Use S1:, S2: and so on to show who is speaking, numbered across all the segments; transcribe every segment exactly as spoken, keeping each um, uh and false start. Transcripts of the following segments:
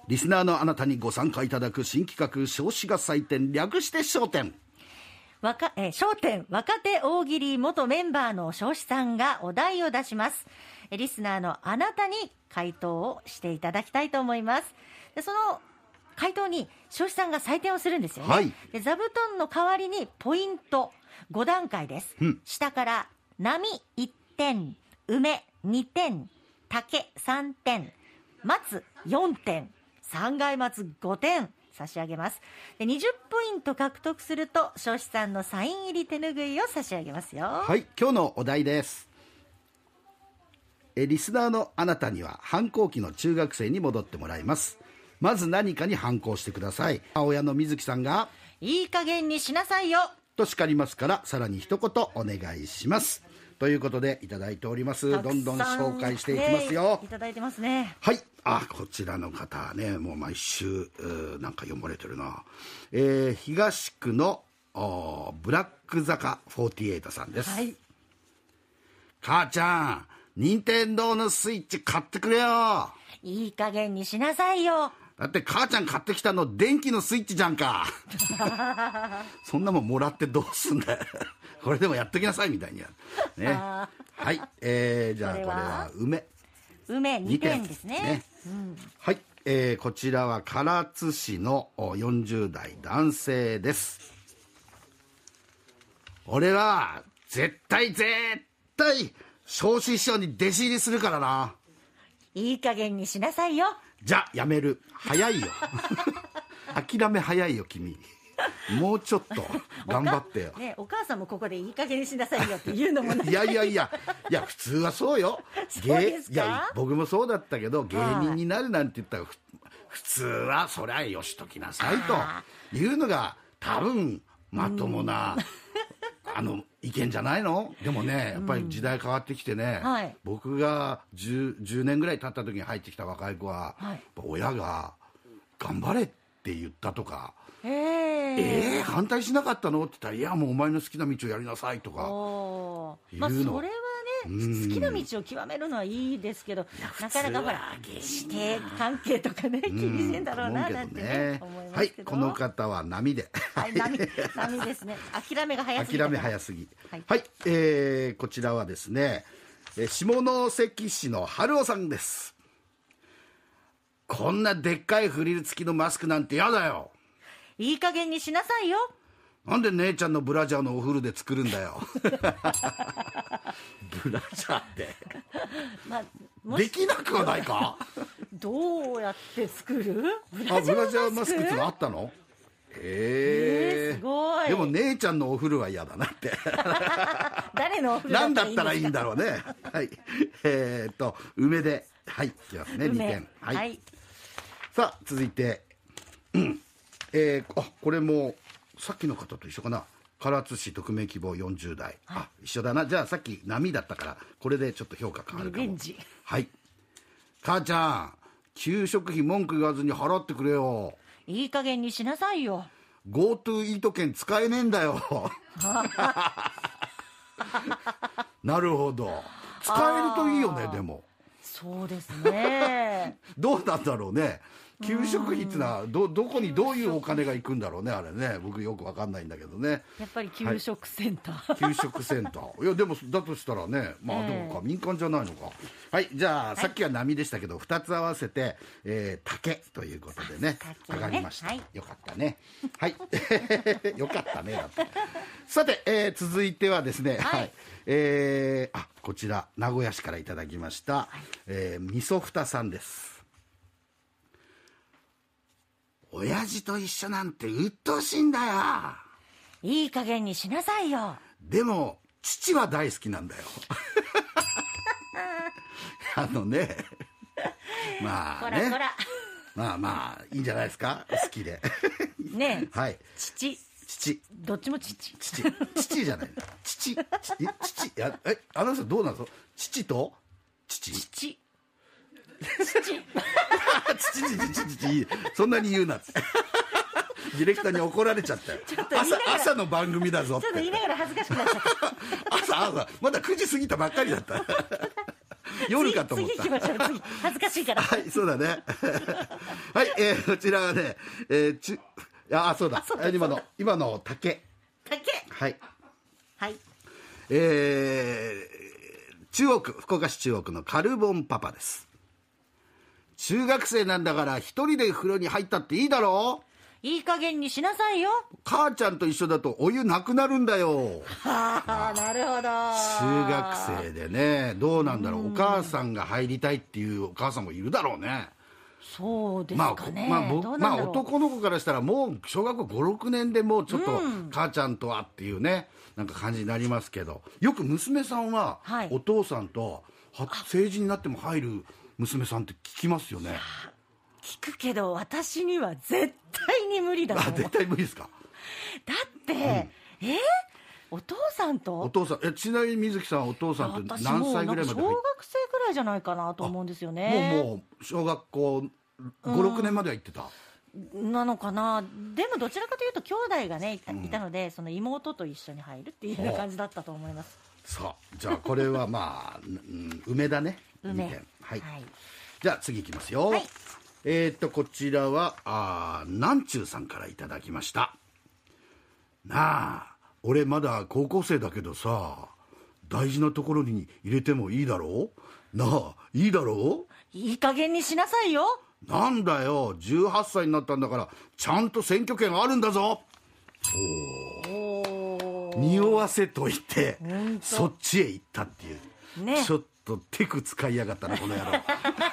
S1: リスナーのあなたにご参加いただく新企画、少子化祭典、略して笑点。
S2: 若え笑点若手大喜利元メンバーの少子さんがお題を出します。えリスナーのあなたに回答をしていただきたいと思います。でその回答に少子さんが採点をするんですよね、はい、で座布団の代わりにポイントご段階です、うん、下から波いってん、梅にてん、竹さんてん、松よんてん、三階松ごてん差し上げます。でにじゅっポイント獲得すると少子さんのサイン入り手ぬぐいを差し上げますよ。
S1: はい、今日のお題です。えリスナーのあなたには反抗期の中学生に戻ってもらいます。まず何かに反抗してください。母親の水木さんが
S2: いい加減にしなさいよ
S1: と叱りますから、さらに一言お願いします。ということでいただいております。どんどん紹介していきますよ。
S2: いただいてますね。
S1: はい、あ、こちらの方はね、もう毎週なんか読まれてるな、えー、東区のブラック坂よんじゅうはちさんです、はい、母ちゃん任天堂のスイッチ買ってくれよ。
S2: いい加減にしなさいよ。
S1: だって母ちゃん買ってきたの電気のスイッチじゃんかそんなもんもらってどうすんだよこれでもやっときなさいみたいにやる、ね、はい、えー、じゃあこれは梅
S2: 梅にてんですね、ね、うん、
S1: はい、えー、こちらは唐津市のよんじゅう代男性です。俺は絶対絶対少子師匠に弟子入りするからな。
S2: いい加減にしなさいよ。
S1: じゃあやめる。早いよ諦め早いよ君。もうちょっと頑張ってよ
S2: お、ね、お母さんもここでいい加減にしなさいよって言うのもない
S1: やいやいやいや普通はそうよ。
S2: そうですか。
S1: いや僕もそうだったけど、芸人になるなんて言ったら普通はそりゃよしときなさいというのが多分まともなあの意見じゃないの。でもね、やっぱり時代変わってきてね、うん、はい、僕が 10, じゅうねんぐらい経った時に入ってきた若い子は、はい、親が頑張れって言ったとか、えー、えー、反対しなかったのって言ったら、いやもうお前の好きな道をやりなさいとかいうの、
S2: まあ、それはね、好きな道を極めるのはいいですけど、なかなかほら師弟関係とかね厳しいんだろうななんてね思いますけど、
S1: はい、この方は波で、
S2: はい、波, 波ですね。諦めが早すぎ
S1: 諦め早すぎ、はい、はい、えー、こちらはですね、下関市の春尾さんです。こんなでっかいフリル付きのマスクなんてやだよ。
S2: いい加減にしなさいよ。
S1: なんで姉ちゃんのブラジャーのお風呂で作るんだよブラジャーって、まあ、できなくはないか
S2: どうやって作る
S1: ブラジャーマスクってのあったの。へえー、すごい。でも姉ちゃんのお風呂は嫌だなって
S2: 誰のお風呂だったらいいんですか。
S1: 何だったらいいんだろうねはい、えー、っと梅で、はい、いきますね、にてん、はい、はい、さあ続いて、うん、えー、あこれもさっきの方と一緒かな。唐津市匿名希望よんじゅう代、はい、あ一緒だな。じゃあさっき波だったからこれでちょっと評価変わるかも。リベンジ。はい、母ちゃん給食費文句言わずに払ってくれよ。
S2: いい加減にしなさいよ。
S1: GoTo イート券使えねえんだよなるほど、使えるといいよね。でも
S2: そうですね
S1: どうなんだろうね。給食費ってのは ど, どこにどういうお金が行くんだろうね、あれね。僕よく分かんないんだけどね。
S2: やっぱり給食センター、
S1: はい、給食センターいやでもだとしたらね、まあどうか、民間じゃないのか。はい、じゃあ、はい、さっきは波でしたけどふたつ合わせて、えー、竹ということでね、上がりました、はい、よかったねはいよかったねだってさて、えー、続いてはですね、はいはい、えー、あこちら名古屋市からいただきました、はい、えー、みそふたさんです。親父と一緒なんて鬱陶しいんだよ。
S2: いい加減にしなさいよ。
S1: でも父は大好きなんだよあのねまあね、
S2: こらこら
S1: まあまあいいんじゃないですか、好きで
S2: ねえ、
S1: はい、
S2: 父
S1: 父
S2: どっちも父
S1: 父父じゃない父父父やえあの人どうなんですか。父と父
S2: 父父
S1: 父父父そんなに言うなってディレクターに怒られちゃったよ。朝, 朝の番組だぞって。
S2: ちょっと言いながら恥ずかしくなっちゃった
S1: 朝朝まだくじ過ぎたばっかりだった夜かと思っ
S2: 次
S1: た。
S2: 次行きましょう。次恥ずかしいから。
S1: はいそうだねはい、えーこちらはね、えー、ちあそうだ
S2: あそうだ
S1: 今の
S2: そうだ
S1: 今の竹、
S2: 竹。
S1: はい
S2: はい。
S1: えー、中央区福岡市中央区のカルボンパパです。中学生なんだから一人で風呂に入ったっていいだろう。
S2: いい加減にしなさいよ。
S1: 母ちゃんと一緒だとお湯なくなるんだよ。
S2: はあ、なるほど。
S1: 中学生でね、どうなんだろう、お母さんが入りたいっていうお母さんもいるだろうね。
S2: そうです
S1: まあ
S2: かね。
S1: まあ僕まあ
S2: どうなんだろう。
S1: 男の子からしたらもう小学校ごろくねんでもうちょっと母ちゃんとはっていうねなんか感じになりますけど、よく娘さんは
S2: はい
S1: お父さんとは成人になっても入る娘さんって聞きますよね。
S2: 聞くけど私には絶対に無理だと思う。
S1: あ絶対無理ですか。
S2: だって、えお父さんと
S1: お父さんえちなみに水木さんお父さんって
S2: 私
S1: 何
S2: もう
S1: 歳ぐらいまで入っ
S2: なんか小学生ぐらいじゃないかなと思うんですよね。
S1: もうもう小学校ごろくねんまでは行ってた。
S2: なのかな。でもどちらかというと兄弟がねいた,、いたのでその妹と一緒に入るっていうような感じだったと思います。
S1: さあじゃあこれはまあ、うん、梅だね。
S2: 梅
S1: にてんはい、
S2: はい
S1: じゃあ次いきますよ、
S2: はい
S1: えー、っとこちらはあ南中さんからいただきました。なあ俺まだ高校生だけどさ大事なところに入れてもいいだろうなあいいだろう。
S2: いい加減にしなさいよ。
S1: なんだよじゅうはっさいになったんだからちゃんと選挙権あるんだぞ。
S2: おー
S1: 匂わせといて
S2: ほんと
S1: そっちへ行ったっていう、
S2: ね
S1: ちょっとテク使いやがったなこの野郎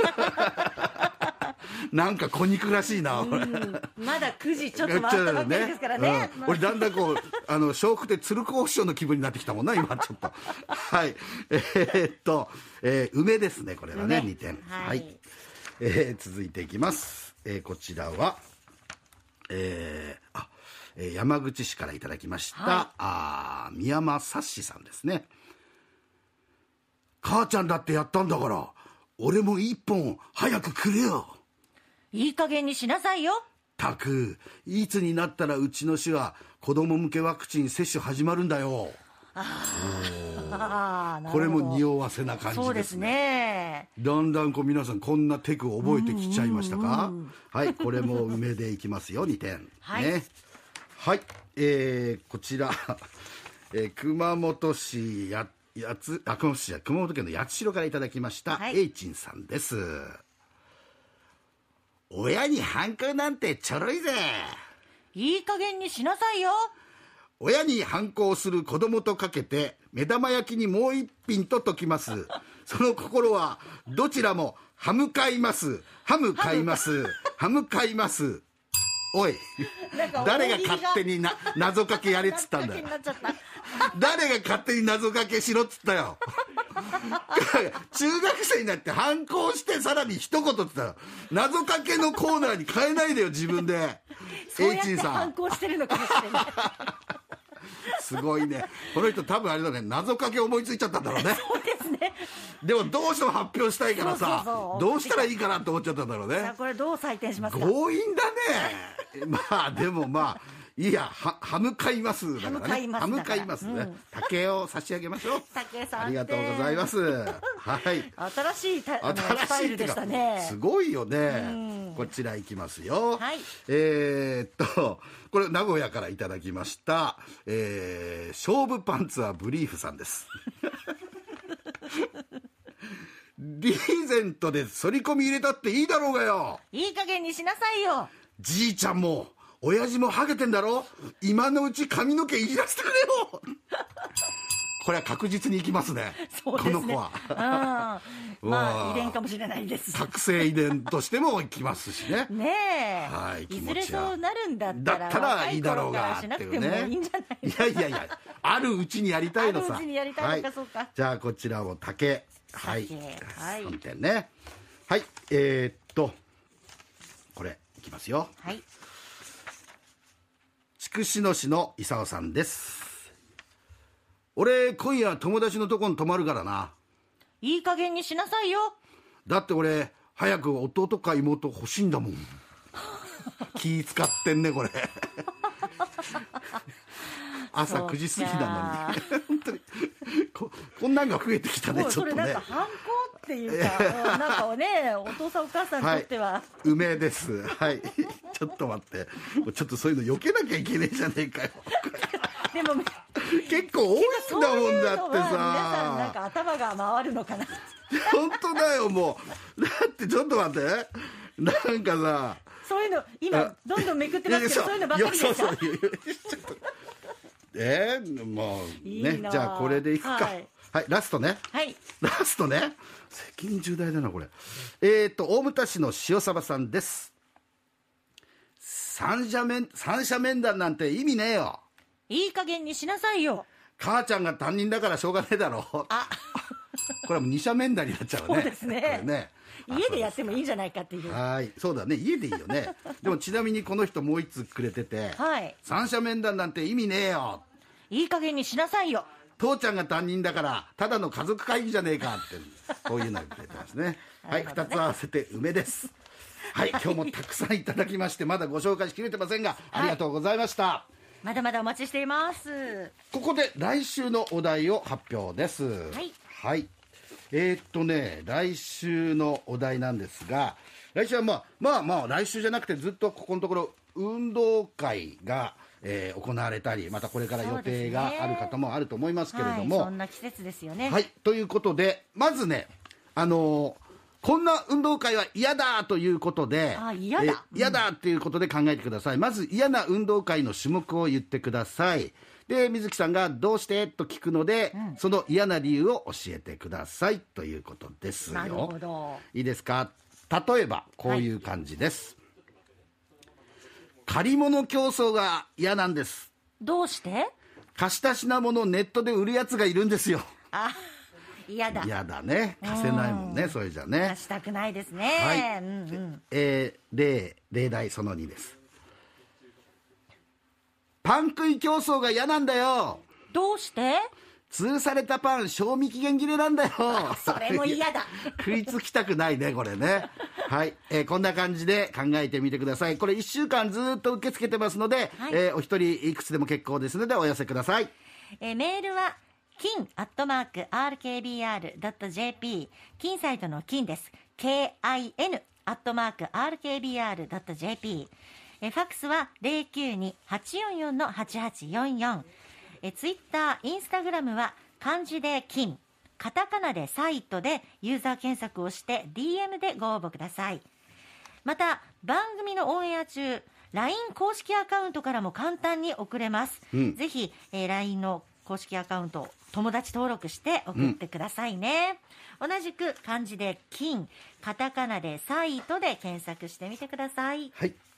S1: なんか小憎らしいな、俺
S2: まだくじちょっと回ったばっかりですからね。
S1: うん、俺だんだんこうあの笑福亭鶴光師匠の気分になってきたもんな今ちょっとはいえー、っと、えー、梅ですねこれはね
S2: 梅
S1: にてん
S2: はい
S1: はいえー、続いていきます、えー、こちらはえー、あえー山口市からいただきました、
S2: はい
S1: あ宮山さっしさんですね。母ちゃんだってやったんだから俺も一本早くくれよ。
S2: いい加減にしなさいよ。
S1: たくいつになったらうちの市は子供向けワクチン接種始まるんだよ。
S2: あー
S1: これも
S2: なるほ
S1: 匂わせな感じですね。
S2: どそうですね。
S1: だんだんこう皆さんこんなテクを覚えてきちゃいましたか。はいこれも梅でいきますよにてん、
S2: はい
S1: ねはいえー、こちら、えー、熊本市ややつあ熊本市や熊本県の八代からいただきました、
S2: はい
S1: えいちんさんです。親に反抗なんてちょろいぜ。
S2: いい加減にしなさいよ。
S1: 親に反抗する子供とかけて目玉焼きにもう一品と解きます。その心はどちらもハム買いますハム買いますハム買います。おい
S2: なんか
S1: 誰が勝手にな謎かけやれっつったんだよ
S2: 気になっちゃった
S1: 誰が勝手に謎かけしろっつったよ中学生になって反抗してさらに一言っつったら謎かけのコーナーに変えないでよ自分で。
S2: そうやって
S1: エイチンさん
S2: 反抗してるのかもしれない
S1: すごいねこの人多分あれだね謎かけ思いついちゃったんだろうね
S2: そうですね。
S1: でもどうしても発表したいからさ
S2: そうそうそう
S1: どうしたらいいかなって思っちゃったんだろうね。
S2: さあこれどう採点しますか。
S1: 強引だねまあでもまあいいやはハム買いますだからね
S2: ハム買いますだから
S1: ハム買いますね、
S2: うん
S1: 竹を差し上げましょう。
S2: 竹さん
S1: ありがとうございます。はい
S2: 新しいたあのスタイルでした
S1: っていうか
S2: ね。
S1: すごいよね。こちら行きますよ。
S2: はい
S1: えーっとこれ名古屋からいただきました、えー勝負パンツはブリーフさんですリーゼントで反り込み入れたっていいだろうがよ。
S2: いい加減にしなさいよ。
S1: じいちゃんも親父もハゲてんだろ今のうち髪の毛いじらせてくれよこれは確実にいきますね
S2: そうですね。
S1: この子は
S2: うんまあ遺伝かもしれないです
S1: 覚醒遺伝としてもいきますしね
S2: ねえ、
S1: はい気
S2: い
S1: 持ちは
S2: ずれそうなるんだった
S1: だ
S2: ら
S1: ったらいいだろうが
S2: 若い頃からしなくてもいいんじゃない
S1: いやいやいやあるうちにやりたいのさ。
S2: あるうちにやりたいのか
S1: は
S2: そうか
S1: じゃあこちらも竹はい、
S2: 竹はい
S1: さんてんね。はいえー、っとこれいきますよ。
S2: はい。
S1: 筑紫野市の伊沢さんです。俺今夜友達のとこに泊まるからな。
S2: いい加減にしなさいよ。
S1: だって俺早く弟か妹欲しいんだもん気使ってんねこれ朝くじ過ぎなのに本当に こ, こんなんが増えてきたね
S2: もうそれ
S1: ちょっとね。
S2: なんか反抗っっていうか、なんかね、お父さんお母さんにとっては、
S1: はい、梅ですはいちょっと待ってちょっとそういうの避けなきゃいけねえじゃねえかよ
S2: でも
S1: 結構多いんだもんだってさ、
S2: 皆さんなんか頭が回るのかな
S1: 本当だよもうだってちょっと待ってなんかさ
S2: そういうの今どんどんめくってますけどそういうのばっかりですか。そうそう
S1: えー、もうね
S2: いい
S1: じゃあこれでいくか、はい、はい、ラストね、
S2: はい、
S1: ラストね責任重大だなこれ。えーと大牟田市の塩サバさんです。三者面三者面談なんて意味ねえよ。
S2: いい加減にしなさいよ。
S1: 母ちゃんが担任だからしょうがねえだろあこれはもう二者面談になっちゃうね。
S2: そうですね
S1: ね
S2: 家でやってもいいんじゃないかっていう。
S1: はいそうだね家でいいよねでもちなみにこの人もう一つくれてて、はい、三者面談なんて意味ねえよ。
S2: いい加減にしなさいよ。
S1: 父ちゃんが担任だからただの家族会議じゃねえかってこういうのをくれてますねはいふたつ合わせて梅ですはい今日もたくさんいただきましてまだご紹介しきれてませんが、ありがとうございました、はい、
S2: まだまだお待ちしています。
S1: ここで来週のお題を発表です。はい、はい、えー、っとね来週のお題なんですが、来週はまあまあまあ来週じゃなくてずっとここのところ運動会がえー、行われたりまたこれから予定がある方もあると思いますけれども、
S2: はい、そんな季節ですよね。
S1: はいということでまずねあのー、こんな運動会は嫌だということで
S2: あ嫌だ、
S1: えー、嫌だということで考えてください、うん、まず嫌な運動会の種目を言ってください。で水木さんがどうしてと聞くので、うん、その嫌な理由を教えてくださいということですよ。
S2: なるほど。
S1: いいですか。例えばこういう感じです、はい、借り物競争が嫌なんです。
S2: どうして？
S1: 貸した品物をネットで売るやつがいるんですよ。
S2: あ嫌だ。
S1: 嫌だね。貸せないもんね、それじゃね。
S2: 貸したくないですね。はい、うんうん、
S1: えー、例例題そのにです。パン食い競争が嫌なんだよ。
S2: どうして？
S1: 吊るされたパン賞味期限切れなんだよ。
S2: それも嫌だ。
S1: 食いつきたくないねこれねはい、えー、こんな感じで考えてみてください。これいっしゅうかんずっと受け付けてますので、はい、えー、お一人いくつでも結構ですのでお寄せください。
S2: えー、メールは金アットマーク アールケービーアールドットジェーピー 金サイトの金です。 ケーアイエヌ アットマーク アールケービーアールドットジェーピー、 えファックスは ゼロきゅうに はちよんよん はちはちよんよん、えツイッター、インスタグラムは漢字で金、カタカナでサイトでユーザー検索をして ディーエム でご応募ください。また番組のオンエア中 ライン 公式アカウントからも簡単に送れます、うん、ぜひ、えー、ライン の公式アカウント友達登録して送ってくださいね、うん、同じく漢字で金、カタカナでサイトで検索してみてください。
S1: はい